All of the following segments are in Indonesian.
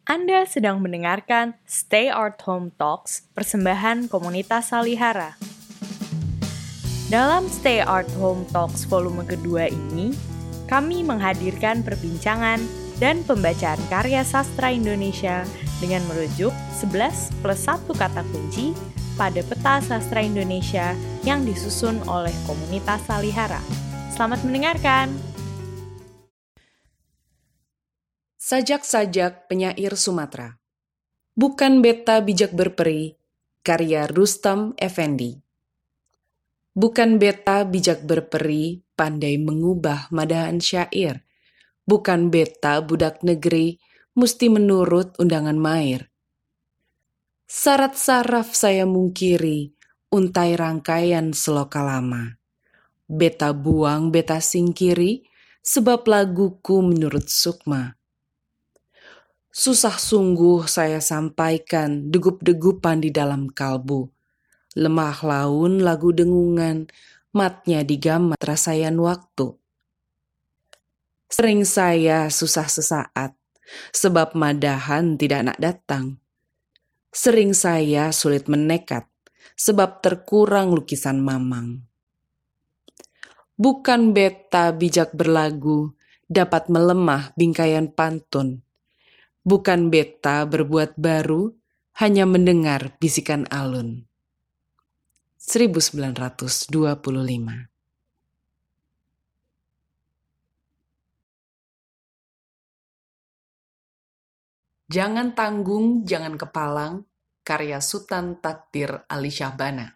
Anda sedang mendengarkan Stay Art Home Talks, persembahan komunitas Salihara. Dalam Stay Art Home Talks volume kedua ini, kami menghadirkan perbincangan dan pembacaan karya sastra Indonesia dengan merujuk 11 plus 1 kata kunci pada peta sastra Indonesia yang disusun oleh komunitas Salihara. Selamat mendengarkan! Sajak-sajak penyair Sumatera. Bukan beta bijak berperi, karya Rustam Effendi. Bukan beta bijak berperi, pandai mengubah madahan syair. Bukan beta budak negeri, musti menurut undangan mair. Syarat saraf saya mungkiri, untai rangkaian seloka lama. Beta buang, beta singkiri, sebab laguku menurut Sukma. Susah sungguh saya sampaikan degup-degupan di dalam kalbu. Lemah laun lagu dengungan, matnya digamat rasayan waktu. Sering saya susah sesaat, sebab madahan tidak nak datang. Sering saya sulit menekat, sebab terkurang lukisan mamang. Bukan beta bijak berlagu, dapat melemah bingkaian pantun. Bukan beta berbuat baru, hanya mendengar bisikan alun. 1925. Jangan tanggung, jangan kepalang, karya Sutan Takdir Ali Syahbana.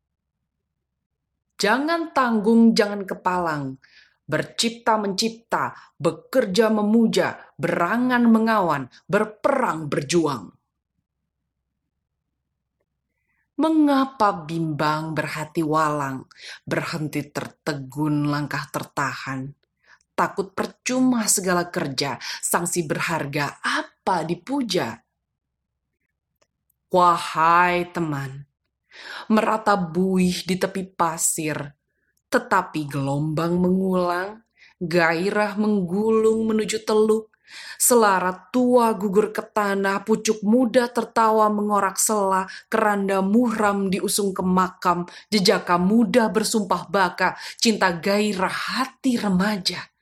Jangan tanggung, jangan kepalang, bercipta mencipta, bekerja memuja, berangan mengawan, berperang berjuang. Mengapa bimbang berhati walang, berhenti tertegun langkah tertahan? Takut percuma segala kerja, sanksi berharga apa dipuja? Wahai teman, merata buih di tepi pasir, tetapi gelombang mengulang, gairah menggulung menuju teluk, selarat tua gugur ke tanah, pucuk muda tertawa mengorak sela, keranda muhram diusung ke makam, jejaka muda bersumpah baka, cinta gairah hati remaja.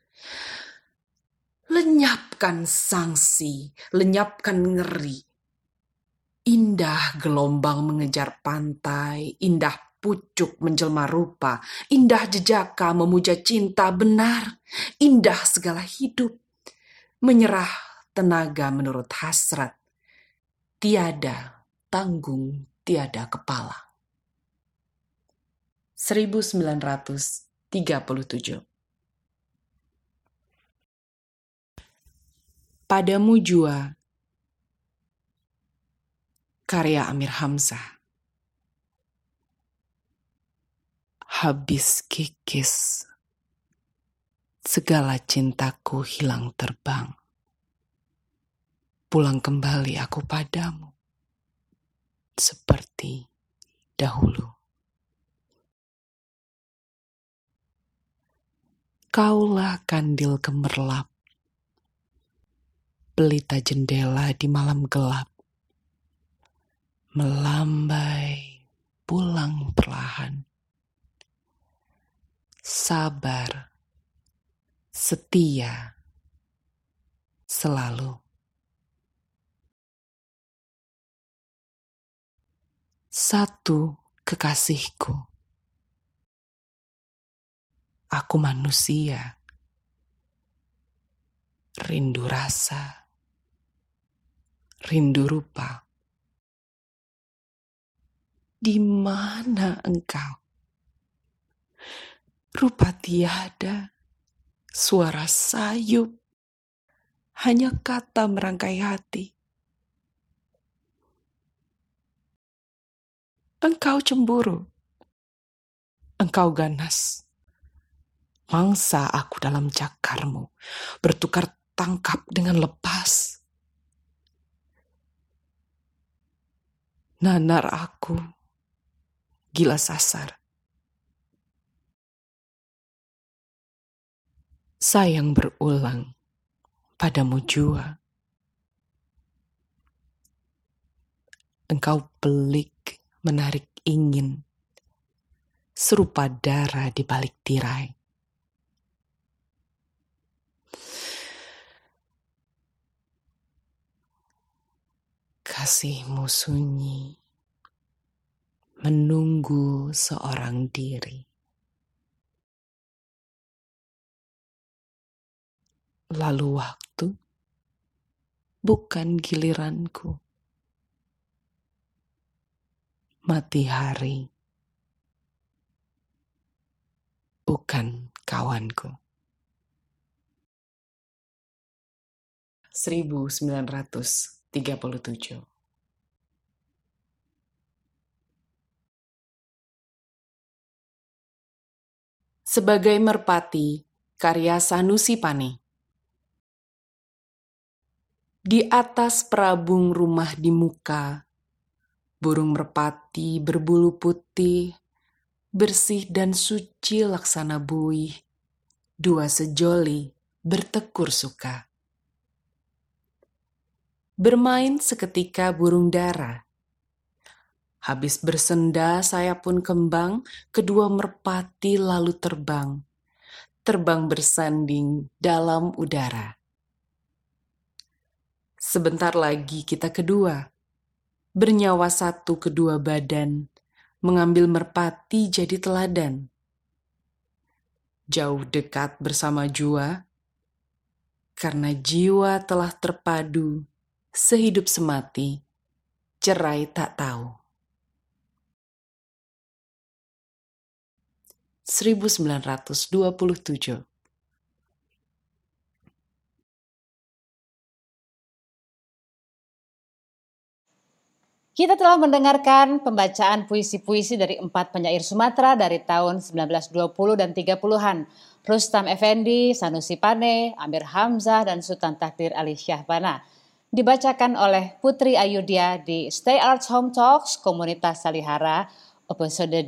Lenyapkan sanksi, lenyapkan ngeri. Indah gelombang mengejar pantai, indah pucuk menjelma rupa, indah jejaka memuja cinta benar, indah segala hidup, menyerah tenaga menurut hasrat, tiada tanggung, tiada kepala. 1937. Padamu jua, karya Amir Hamzah. Habis kikis, segala cintaku hilang terbang. Pulang kembali aku padamu, seperti dahulu. Kaulah kandil gemerlap, pelita jendela di malam gelap, melambai pulang perlahan. Sabar, setia, selalu. Satu kekasihku, aku manusia, rindu rasa, rindu rupa. Di mana engkau? Rupa tiada, suara sayup, hanya kata merangkai hati. Engkau cemburu, engkau ganas. Mangsa aku dalam cakarmu, bertukar tangkap dengan lepas. Nanar aku, gila sasar. Sayang berulang, padamu jua. Engkau pelik, menarik ingin, serupa darah di balik tirai. Kasihmu sunyi, menunggu seorang diri. Lalu waktu bukan giliranku. Mati hari bukan kawanku. 1937. Sebagai Merpati, karya Sanusi Pane. Di atas perabung rumah di muka, burung merpati berbulu putih, bersih dan suci laksana buih, dua sejoli bertekur suka. Bermain seketika burung dara. Habis bersenda sayap pun kembang, kedua merpati lalu terbang. Terbang bersanding dalam udara. Sebentar lagi kita kedua, bernyawa satu kedua badan, mengambil merpati jadi teladan. Jauh dekat bersama jua, karena jiwa telah terpadu, sehidup semati, cerai tak tahu. 1927. Kita telah mendengarkan pembacaan puisi-puisi dari 4 penyair Sumatera dari tahun 1920 dan 30-an. Rustam Effendi, Sanusi Pane, Amir Hamzah, dan Sultan Takdir Ali Syahbana. Dibacakan oleh Putri Ayudhya di Stay Arts Home Talks, Komunitas Salihara, episode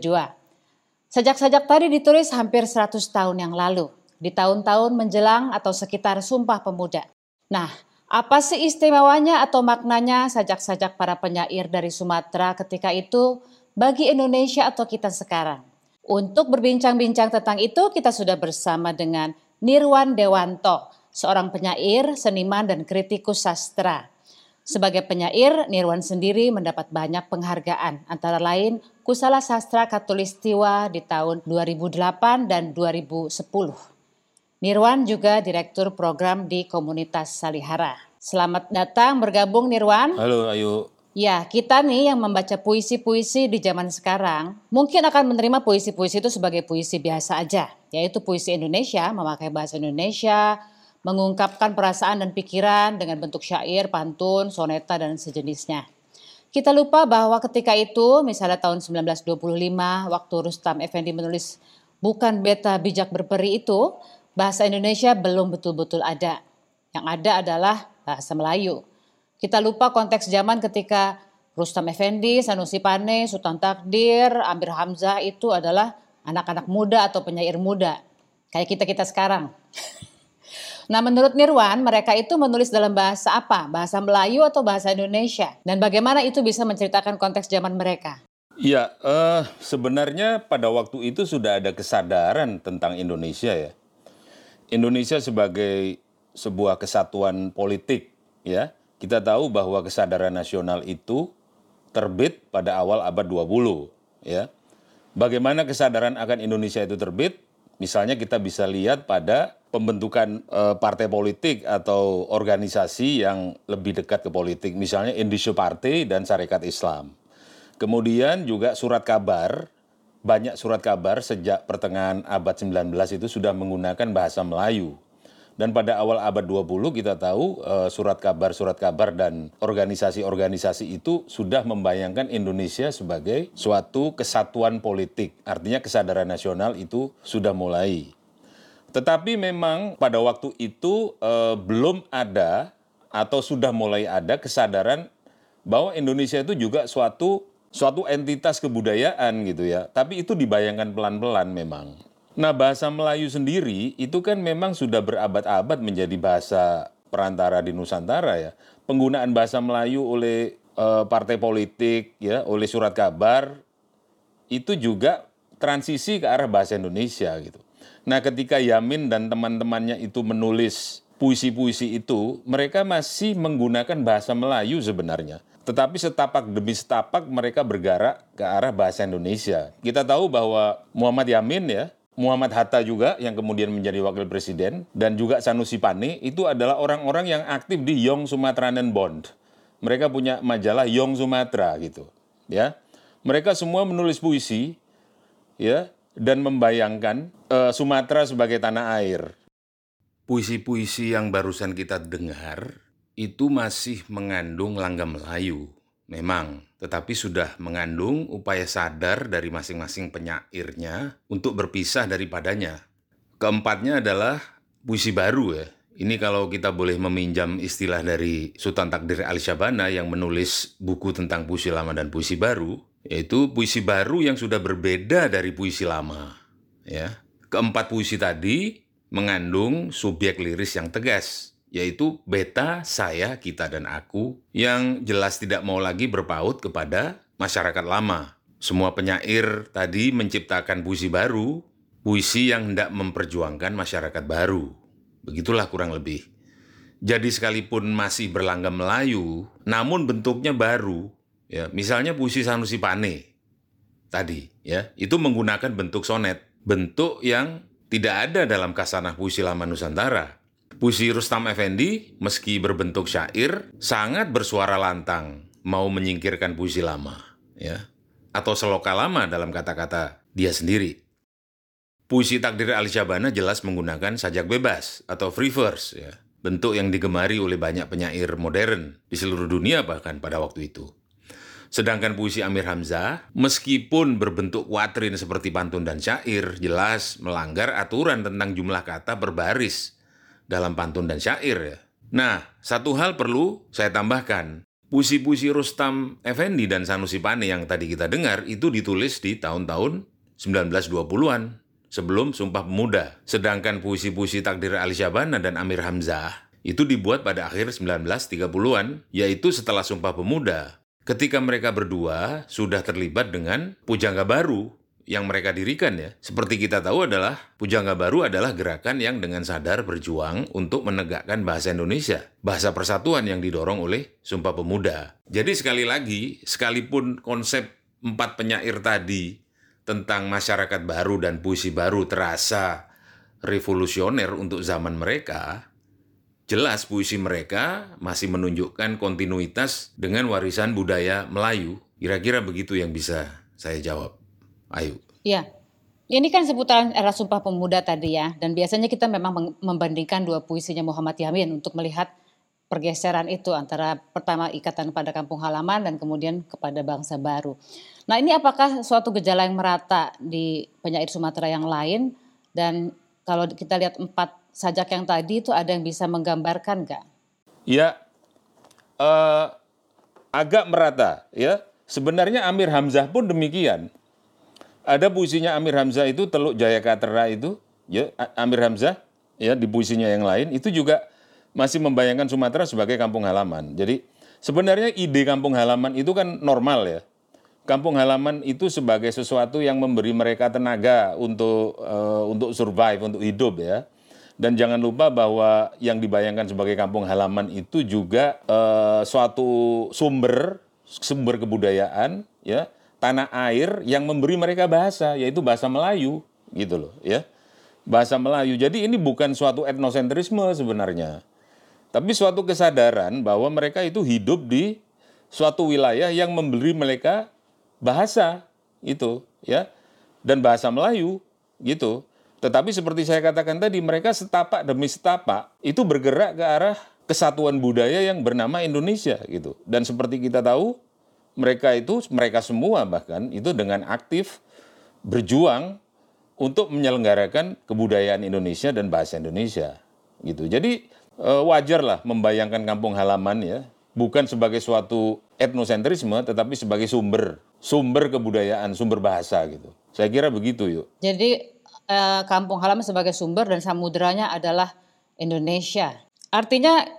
2. Sajak-sajak tadi ditulis hampir 100 tahun yang lalu, di tahun-tahun menjelang atau sekitar Sumpah Pemuda. Nah, apa sih istimewanya atau maknanya sajak-sajak para penyair dari Sumatera ketika itu bagi Indonesia atau kita sekarang? Untuk berbincang-bincang tentang itu, kita sudah bersama dengan Nirwan Dewanto, seorang penyair, seniman, dan kritikus sastra. Sebagai penyair, Nirwan sendiri mendapat banyak penghargaan, antara lain Kusala Sastra Khatulistiwa di tahun 2008 dan 2010. Nirwan juga Direktur Program di Komunitas Salihara. Selamat datang bergabung Nirwan. Halo Ayu. Ya, kita nih yang membaca puisi-puisi di zaman sekarang mungkin akan menerima puisi-puisi itu sebagai puisi biasa aja, yaitu puisi Indonesia, memakai bahasa Indonesia, mengungkapkan perasaan dan pikiran dengan bentuk syair, pantun, soneta, dan sejenisnya. Kita lupa bahwa ketika itu, misalnya tahun 1925, waktu Rustam Effendi menulis Bukan Beta Bijak Berperi itu, bahasa Indonesia belum betul-betul ada. Yang ada adalah bahasa Melayu. Kita lupa konteks zaman ketika Rustam Effendi, Sanusi Pane, Sultan Takdir, Amir Hamzah itu adalah anak-anak muda atau penyair muda. Kayak kita-kita sekarang. Nah, menurut Nirwan, mereka itu menulis dalam bahasa apa? Bahasa Melayu atau bahasa Indonesia? Dan bagaimana itu bisa menceritakan konteks zaman mereka? Ya, sebenarnya pada waktu itu sudah ada kesadaran tentang Indonesia ya. Indonesia sebagai sebuah kesatuan politik ya. Kita tahu bahwa kesadaran nasional itu terbit pada awal abad 20 ya. Bagaimana kesadaran akan Indonesia itu terbit? Misalnya kita bisa lihat pada pembentukan partai politik atau organisasi yang lebih dekat ke politik, misalnya Indonesia Party dan Sarekat Islam. Kemudian juga surat kabar, banyak surat kabar sejak pertengahan abad 19 itu sudah menggunakan bahasa Melayu. Dan pada awal abad 20 kita tahu surat kabar dan organisasi-organisasi itu sudah membayangkan Indonesia sebagai suatu kesatuan politik. Artinya kesadaran nasional itu sudah mulai. Tetapi memang pada waktu itu belum ada atau sudah mulai ada kesadaran bahwa Indonesia itu juga suatu entitas kebudayaan gitu ya. Tapi itu dibayangkan pelan-pelan memang. Nah, bahasa Melayu sendiri itu kan memang sudah berabad-abad menjadi bahasa perantara di Nusantara ya. Penggunaan bahasa Melayu oleh partai politik ya, oleh surat kabar, itu juga transisi ke arah bahasa Indonesia gitu. Nah, ketika Yamin dan teman-temannya itu menulis puisi-puisi itu, mereka masih menggunakan bahasa Melayu sebenarnya. Tetapi setapak demi setapak mereka bergerak ke arah bahasa Indonesia. Kita tahu bahwa Muhammad Yamin ya, Muhammad Hatta juga yang kemudian menjadi wakil presiden, dan juga Sanusi Pane itu adalah orang-orang yang aktif di Young Sumatranen Bond. Mereka punya majalah Young Sumatra gitu, ya. Mereka semua menulis puisi, ya, dan membayangkan Sumatera sebagai tanah air. Puisi-puisi yang barusan kita dengar itu masih mengandung langgam Melayu, memang, tetapi sudah mengandung upaya sadar dari masing-masing penyairnya untuk berpisah daripadanya. Keempatnya adalah puisi baru ya. Ini kalau kita boleh meminjam istilah dari Sultan Takdir Ali Syabana yang menulis buku tentang puisi lama dan puisi baru, yaitu puisi baru yang sudah berbeda dari puisi lama. Ya. Keempat puisi tadi mengandung subjek liris yang tegas, yaitu beta, saya, kita, dan aku, yang jelas tidak mau lagi berpaut kepada masyarakat lama. Semua penyair tadi menciptakan puisi baru, puisi yang hendak memperjuangkan masyarakat baru. Begitulah kurang lebih. Jadi sekalipun masih berlanggam Melayu, namun bentuknya baru. Ya, misalnya puisi Sanusi Pane tadi, ya, itu menggunakan bentuk sonet, bentuk yang tidak ada dalam kasanah puisi lama Nusantara. Puisi Rustam Effendi, meski berbentuk syair, sangat bersuara lantang, mau menyingkirkan puisi lama, ya, atau seloka lama dalam kata-kata dia sendiri. Puisi Takdir Ali Syabana jelas menggunakan sajak bebas atau free verse, ya, bentuk yang digemari oleh banyak penyair modern di seluruh dunia bahkan pada waktu itu. Sedangkan puisi Amir Hamzah, meskipun berbentuk kuatrin seperti pantun dan syair, jelas melanggar aturan tentang jumlah kata berbaris dalam pantun dan syair. Ya. Nah, satu hal perlu saya tambahkan. Puisi-puisi Rustam Effendi dan Sanusi Pane yang tadi kita dengar itu ditulis di tahun-tahun 1920-an. Sebelum Sumpah Pemuda. Sedangkan puisi-puisi Takdir Ali Syabana dan Amir Hamzah itu dibuat pada akhir 1930-an, yaitu setelah Sumpah Pemuda. Ketika mereka berdua sudah terlibat dengan Pujangga Baru yang mereka dirikan ya. Seperti kita tahu adalah Pujangga Baru adalah gerakan yang dengan sadar berjuang untuk menegakkan bahasa Indonesia. Bahasa persatuan yang didorong oleh Sumpah Pemuda. Jadi sekali lagi, sekalipun konsep 4 penyair tadi tentang masyarakat baru dan puisi baru terasa revolusioner untuk zaman mereka, jelas puisi mereka masih menunjukkan kontinuitas dengan warisan budaya Melayu. Kira-kira begitu yang bisa saya jawab. Ayu. Ya, ini kan seputaran era Sumpah Pemuda tadi ya, dan biasanya kita memang membandingkan dua puisinya Muhammad Yamin untuk melihat pergeseran itu antara pertama ikatan pada kampung halaman dan kemudian kepada bangsa baru. Nah, ini apakah suatu gejala yang merata di penyair Sumatera yang lain? Dan kalau kita lihat 4 sajak yang tadi itu ada yang bisa menggambarkan nggak? Ya, agak merata ya. Sebenarnya Amir Hamzah pun demikian. Ada puisinya Amir Hamzah itu Teluk Jayakatera itu, ya Amir Hamzah ya di puisinya yang lain itu juga masih membayangkan Sumatera sebagai kampung halaman. Jadi sebenarnya ide kampung halaman itu kan normal ya. Kampung halaman itu sebagai sesuatu yang memberi mereka tenaga untuk survive, untuk hidup ya. Dan jangan lupa bahwa yang dibayangkan sebagai kampung halaman itu juga suatu sumber kebudayaan ya, tanah air yang memberi mereka bahasa, yaitu bahasa Melayu gitu loh ya. Bahasa Melayu. Jadi ini bukan suatu etnosentrisme sebenarnya. Tapi suatu kesadaran bahwa mereka itu hidup di suatu wilayah yang memberi mereka bahasa itu ya, dan bahasa Melayu gitu. Tetapi seperti saya katakan tadi, mereka setapak demi setapak itu bergerak ke arah kesatuan budaya yang bernama Indonesia gitu. Dan seperti kita tahu, mereka semua bahkan itu dengan aktif berjuang untuk menyelenggarakan kebudayaan Indonesia dan bahasa Indonesia gitu. Jadi wajarlah membayangkan kampung halaman ya, bukan sebagai suatu etnosentrisme, tetapi sebagai sumber kebudayaan, sumber bahasa gitu. Saya kira begitu yuk. Jadi kampung halaman sebagai sumber dan samudranya adalah Indonesia. Artinya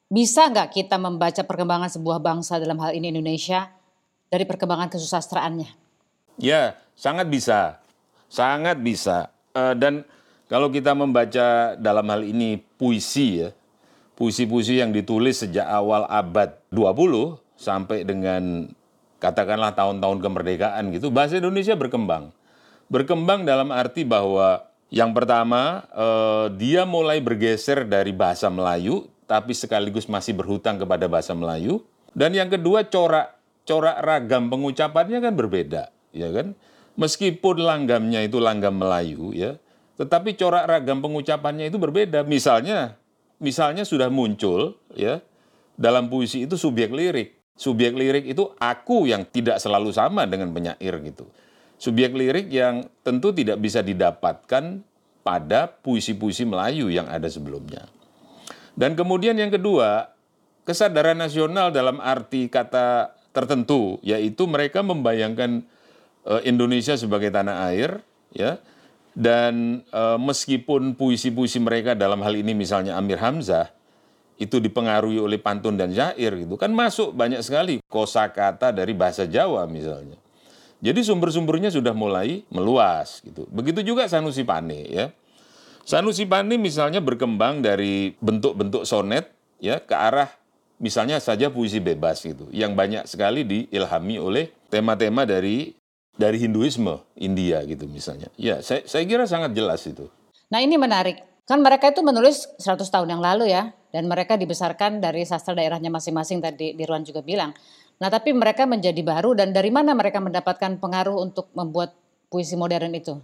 Bisa nggak kita membaca perkembangan sebuah bangsa dalam hal ini Indonesia dari perkembangan kesusastraannya? Ya, sangat bisa. Sangat bisa. Dan kalau kita membaca dalam hal ini puisi ya, puisi-puisi yang ditulis sejak awal abad 20 sampai dengan katakanlah tahun-tahun kemerdekaan gitu, bahasa Indonesia berkembang. Berkembang dalam arti bahwa yang pertama, dia mulai bergeser dari bahasa Melayu, tapi sekaligus masih berhutang kepada bahasa Melayu. Dan yang kedua, corak ragam pengucapannya kan berbeda, ya kan? Meskipun langgamnya itu langgam Melayu, ya, tetapi corak ragam pengucapannya itu berbeda. Misalnya sudah muncul, ya, dalam puisi itu subjek lirik. Subjek lirik itu aku yang tidak selalu sama dengan penyair gitu. Subjek lirik yang tentu tidak bisa didapatkan pada puisi-puisi Melayu yang ada sebelumnya. Dan kemudian yang kedua, kesadaran nasional dalam arti kata tertentu, yaitu mereka membayangkan Indonesia sebagai tanah air, ya. Dan meskipun puisi-puisi mereka dalam hal ini misalnya Amir Hamzah, itu dipengaruhi oleh pantun dan syair gitu, kan masuk banyak sekali kosakata dari bahasa Jawa misalnya. Jadi sumber-sumbernya sudah mulai meluas gitu. Begitu juga Sanusi Pane ya. Sanusi Pane misalnya berkembang dari bentuk-bentuk sonet ya ke arah misalnya saja puisi bebas gitu, yang banyak sekali diilhami oleh tema-tema dari Hinduisme India gitu misalnya. Ya, saya kira sangat jelas itu. Nah ini menarik, kan mereka itu menulis 100 tahun yang lalu ya, dan mereka dibesarkan dari sastra daerahnya masing-masing, tadi Dirwan juga bilang. Nah tapi mereka menjadi baru, dan dari mana mereka mendapatkan pengaruh untuk membuat puisi modern itu?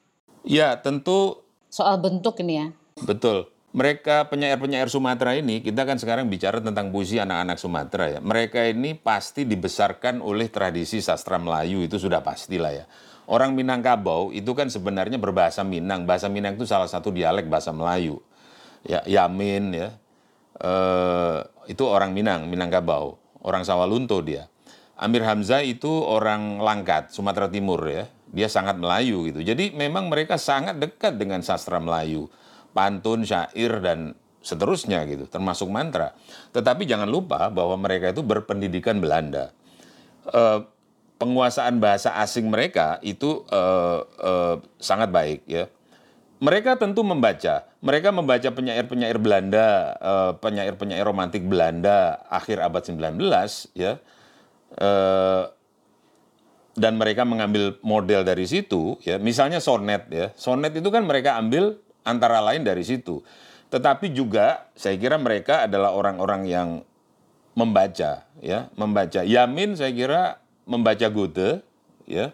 Ya tentu. Soal bentuk ini ya. Betul. Mereka penyair-penyair Sumatera ini, kita kan sekarang bicara tentang puisi anak-anak Sumatera ya. Mereka ini pasti dibesarkan oleh tradisi sastra Melayu, itu sudah pastilah ya. Orang Minangkabau itu kan sebenarnya berbahasa Minang. Bahasa Minang itu salah satu dialek bahasa Melayu. Ya, Yamin ya. Itu orang Minangkabau. Orang Sawalunto dia. Amir Hamzah itu orang Langkat, Sumatera Timur ya. Dia sangat Melayu gitu. Jadi memang mereka sangat dekat dengan sastra Melayu. Pantun, syair, dan seterusnya gitu, termasuk mantra. Tetapi jangan lupa bahwa mereka itu berpendidikan Belanda. Penguasaan bahasa asing mereka itu sangat baik ya. Mereka tentu membaca. Mereka membaca penyair-penyair Belanda, penyair-penyair romantik Belanda akhir abad 19 ya. Dan mereka mengambil model dari situ ya. Misalnya sonet ya. Sonet itu kan mereka ambil antara lain dari situ. Tetapi juga saya kira mereka adalah orang-orang yang membaca ya, membaca. Yamin saya kira membaca Goethe ya.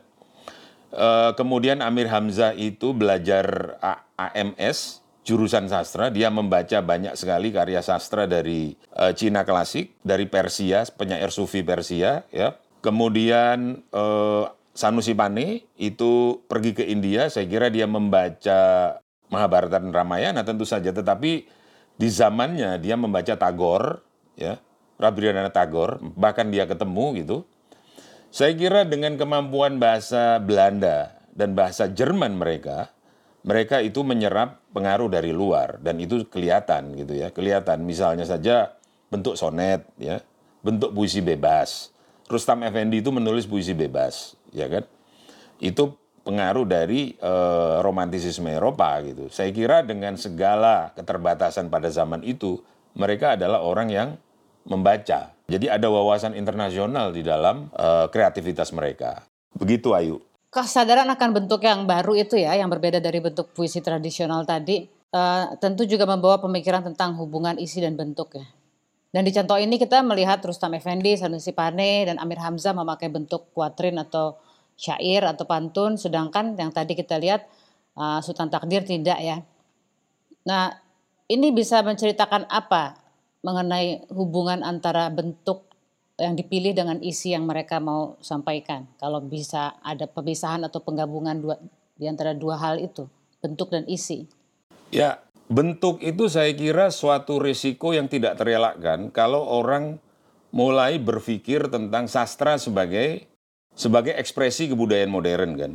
Kemudian Amir Hamzah itu belajar AMS, jurusan sastra. Dia membaca banyak sekali karya sastra dari Cina klasik, dari Persia, penyair Sufi Persia. Ya. Kemudian Sanusi Pane itu pergi ke India. Saya kira dia membaca Mahabharata dan Ramayana tentu saja. Tetapi di zamannya dia membaca Tagore, ya, Rabindranath Tagore. Bahkan dia ketemu gitu. Saya kira dengan kemampuan bahasa Belanda dan bahasa Jerman mereka itu menyerap pengaruh dari luar, dan itu kelihatan gitu ya, kelihatan. Misalnya saja bentuk sonet ya, bentuk puisi bebas. Rustam Effendi itu menulis puisi bebas, ya kan? Itu pengaruh dari romantisisme Eropa gitu. Saya kira dengan segala keterbatasan pada zaman itu, mereka adalah orang yang membaca. Jadi ada wawasan internasional di dalam kreativitas mereka. Begitu Ayu. Kesadaran akan bentuk yang baru itu ya, yang berbeda dari bentuk puisi tradisional tadi, tentu juga membawa pemikiran tentang hubungan isi dan bentuk ya. Dan di contoh ini kita melihat Rustam Effendi, Sanusi Pane, dan Amir Hamzah memakai bentuk kuatrin atau syair atau pantun, sedangkan yang tadi kita lihat Sultan Takdir tidak ya. Nah ini bisa menceritakan apa mengenai hubungan antara bentuk yang dipilih dengan isi yang mereka mau sampaikan. Kalau bisa ada pemisahan atau penggabungan di antara dua hal itu, bentuk dan isi. Ya, bentuk itu saya kira suatu risiko yang tidak terelakkan kalau orang mulai berpikir tentang sastra sebagai ekspresi kebudayaan modern kan.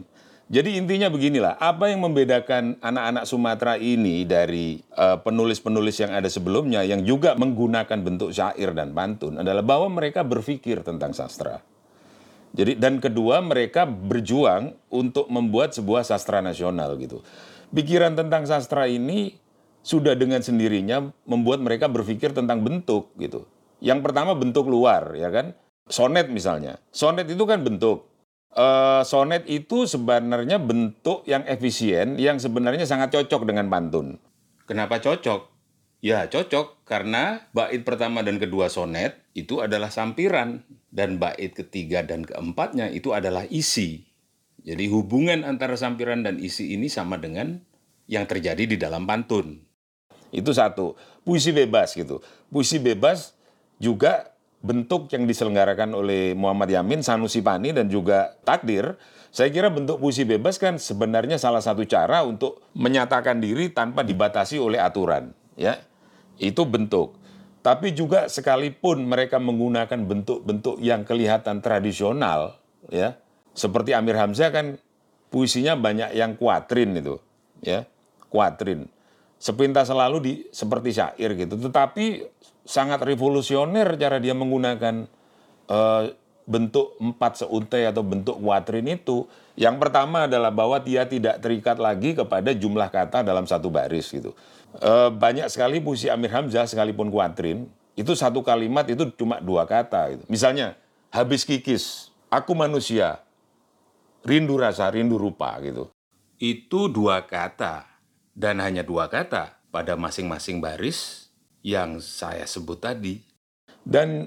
Jadi intinya beginilah, apa yang membedakan anak-anak Sumatera ini dari penulis-penulis yang ada sebelumnya yang juga menggunakan bentuk syair dan pantun adalah bahwa mereka berpikir tentang sastra. Jadi dan kedua mereka berjuang untuk membuat sebuah sastra nasional gitu. Pikiran tentang sastra ini sudah dengan sendirinya membuat mereka berpikir tentang bentuk gitu. Yang pertama bentuk luar ya kan. Sonet misalnya. Sonet itu kan bentuk. Sonet itu sebenarnya bentuk yang efisien yang sebenarnya sangat cocok dengan pantun. Kenapa cocok? Ya cocok karena bait pertama dan kedua sonet itu adalah sampiran dan bait ketiga dan keempatnya itu adalah isi. Jadi hubungan antara sampiran dan isi ini sama dengan yang terjadi di dalam pantun. Itu satu. Puisi bebas gitu. Puisi bebas juga bentuk yang diselenggarakan oleh Muhammad Yamin, Sanusi Pani, dan juga Takdir. Saya kira bentuk puisi bebas kan sebenarnya salah satu cara untuk menyatakan diri tanpa dibatasi oleh aturan. Ya, itu bentuk. Tapi juga sekalipun mereka menggunakan bentuk-bentuk yang kelihatan tradisional, ya, seperti Amir Hamzah kan puisinya banyak yang kuatrin itu, ya, kuatrin. Sepintas selalu seperti syair gitu, tetapi sangat revolusioner cara dia menggunakan bentuk 4 seuntai atau bentuk kuatrin itu. Yang pertama adalah bahwa dia tidak terikat lagi kepada jumlah kata dalam satu baris gitu. Banyak sekali puisi Amir Hamzah sekalipun kuatrin, itu satu kalimat itu cuma 2 kata gitu. Misalnya, habis kikis, aku manusia, rindu rasa, rindu rupa gitu. Itu 2 kata. Dan hanya 2 kata pada masing-masing baris yang saya sebut tadi. Dan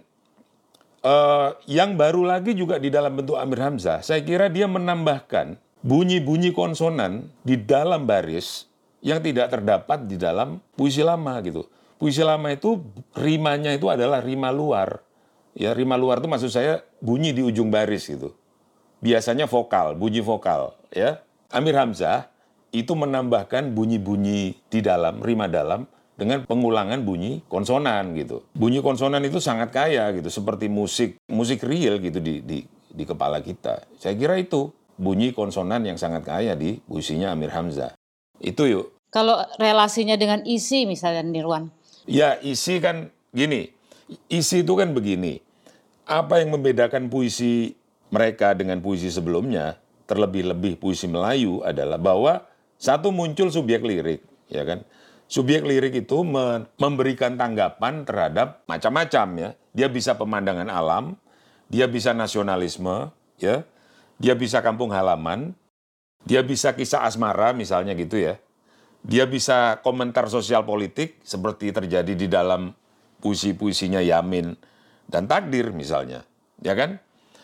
yang baru lagi juga di dalam bentuk Amir Hamzah, saya kira dia menambahkan bunyi-bunyi konsonan di dalam baris yang tidak terdapat di dalam puisi lama gitu. Puisi lama itu rimanya itu adalah rima luar. Ya, rima luar itu maksud saya bunyi di ujung baris gitu. Biasanya vokal, bunyi vokal, ya. Amir Hamzah itu menambahkan bunyi-bunyi di dalam, rima dalam, dengan pengulangan bunyi konsonan gitu. Bunyi konsonan itu sangat kaya gitu, seperti musik real gitu di kepala kita. Saya kira itu bunyi konsonan yang sangat kaya di puisinya Amir Hamzah. Itu yuk. Kalau relasinya dengan isi misalnya Nirwan? Ya isi kan gini, isi itu kan begini. Apa yang membedakan puisi mereka dengan puisi sebelumnya, terlebih-lebih puisi Melayu adalah bahwa satu muncul subjek lirik, ya kan? Subjek lirik itu memberikan tanggapan terhadap macam-macam ya. Dia bisa pemandangan alam, dia bisa nasionalisme, ya. Dia bisa kampung halaman, dia bisa kisah asmara misalnya gitu ya. Dia bisa komentar sosial politik seperti terjadi di dalam puisi-puisinya Yamin dan Takdir misalnya, ya kan?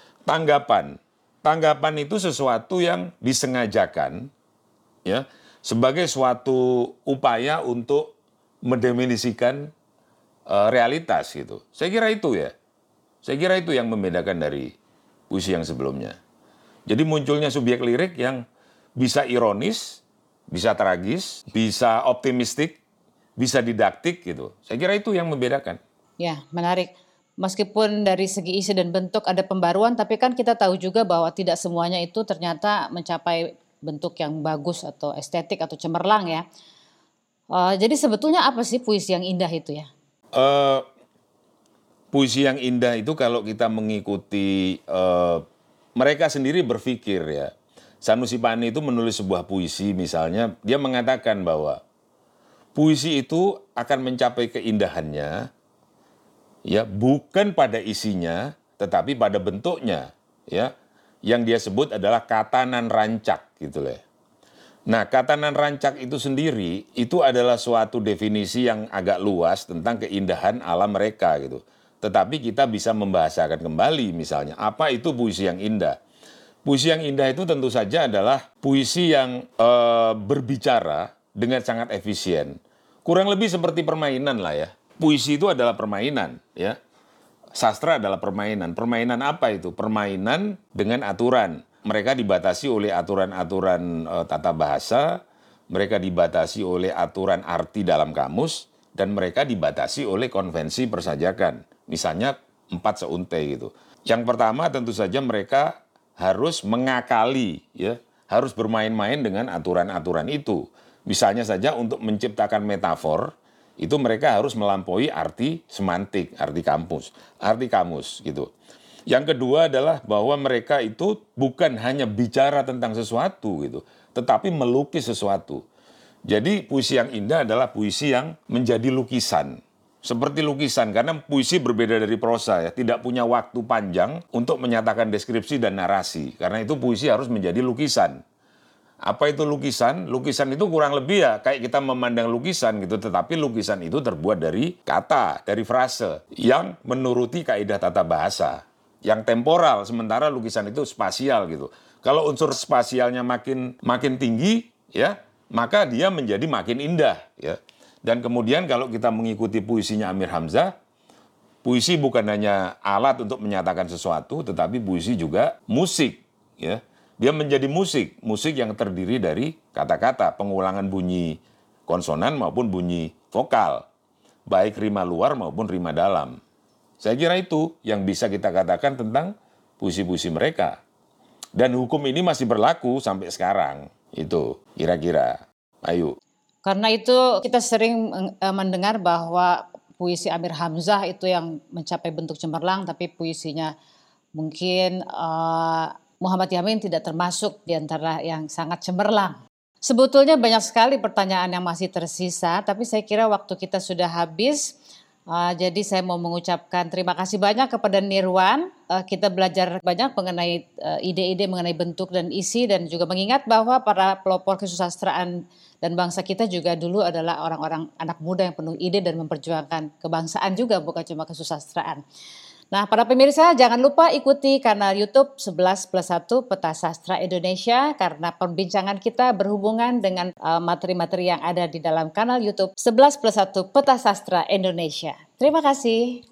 Tanggapan itu sesuatu yang disengajakan ya, sebagai suatu upaya untuk mendefinisikan realitas gitu. Saya kira itu ya. Saya kira itu yang membedakan dari puisi yang sebelumnya. Jadi munculnya subjek lirik yang bisa ironis, bisa tragis, bisa optimistik, bisa didaktik gitu. Saya kira itu yang membedakan. Ya, menarik. Meskipun dari segi isi dan bentuk ada pembaruan, tapi kan kita tahu juga bahwa tidak semuanya itu ternyata mencapai bentuk yang bagus atau estetik atau cemerlang ya. Jadi sebetulnya apa sih puisi yang indah itu ya? Puisi yang indah itu kalau kita mengikuti mereka sendiri berpikir ya. Sanusi Pani itu menulis sebuah puisi misalnya, dia mengatakan bahwa puisi itu akan mencapai keindahannya ya bukan pada isinya tetapi pada bentuknya ya. Yang dia sebut adalah katanan rancak gitu loh. Nah, katanan rancak itu sendiri itu adalah suatu definisi yang agak luas tentang keindahan alam mereka gitu. Tetapi kita bisa membahasakan kembali misalnya apa itu puisi yang indah. Puisi yang indah itu tentu saja adalah puisi yang berbicara dengan sangat efisien. Kurang lebih seperti permainan lah ya. Puisi itu adalah permainan ya. Sastra adalah permainan. Permainan apa itu? Permainan dengan aturan. Mereka dibatasi oleh aturan-aturan tata bahasa, mereka dibatasi oleh aturan arti dalam kamus, dan mereka dibatasi oleh konvensi persajakan. Misalnya 4 seuntai gitu. Yang pertama tentu saja mereka harus mengakali ya, harus bermain-main dengan aturan-aturan itu. Misalnya saja untuk menciptakan metafor, itu mereka harus melampaui arti semantik, arti kamus gitu. Yang kedua adalah bahwa mereka itu bukan hanya bicara tentang sesuatu gitu, tetapi melukis sesuatu. Jadi puisi yang indah adalah puisi yang menjadi lukisan. Seperti lukisan, karena puisi berbeda dari prosa ya, tidak punya waktu panjang untuk menyatakan deskripsi dan narasi. Karena itu puisi harus menjadi lukisan. Apa itu lukisan? Lukisan itu kurang lebih ya kayak kita memandang lukisan gitu, tetapi lukisan itu terbuat dari kata, dari frase yang menuruti kaidah tata bahasa, yang temporal, sementara lukisan itu spasial gitu. Kalau unsur spasialnya makin tinggi ya, maka dia menjadi makin indah ya. Dan kemudian kalau kita mengikuti puisinya Amir Hamzah, puisi bukan hanya alat untuk menyatakan sesuatu, tetapi puisi juga musik ya. Dia menjadi musik yang terdiri dari kata-kata, pengulangan bunyi konsonan maupun bunyi vokal, baik rima luar maupun rima dalam. Saya kira itu yang bisa kita katakan tentang puisi-puisi mereka. Dan hukum ini masih berlaku sampai sekarang. Itu kira-kira. Ayo. Karena itu kita sering mendengar bahwa puisi Amir Hamzah itu yang mencapai bentuk cemerlang, tapi puisinya mungkin Muhammad Yamin tidak termasuk di antara yang sangat cemerlang. Sebetulnya banyak sekali pertanyaan yang masih tersisa, tapi saya kira waktu kita sudah habis. Jadi saya mau mengucapkan terima kasih banyak kepada Nirwan. Kita belajar banyak mengenai ide-ide mengenai bentuk dan isi, dan juga mengingat bahwa para pelopor kesusastraan dan bangsa kita juga dulu adalah orang-orang anak muda yang penuh ide dan memperjuangkan kebangsaan juga, bukan cuma kesusastraan. Nah, para pemirsa jangan lupa ikuti kanal YouTube 11+1 Peta Sastra Indonesia, karena perbincangan kita berhubungan dengan materi-materi yang ada di dalam kanal YouTube 11+1 Peta Sastra Indonesia. Terima kasih.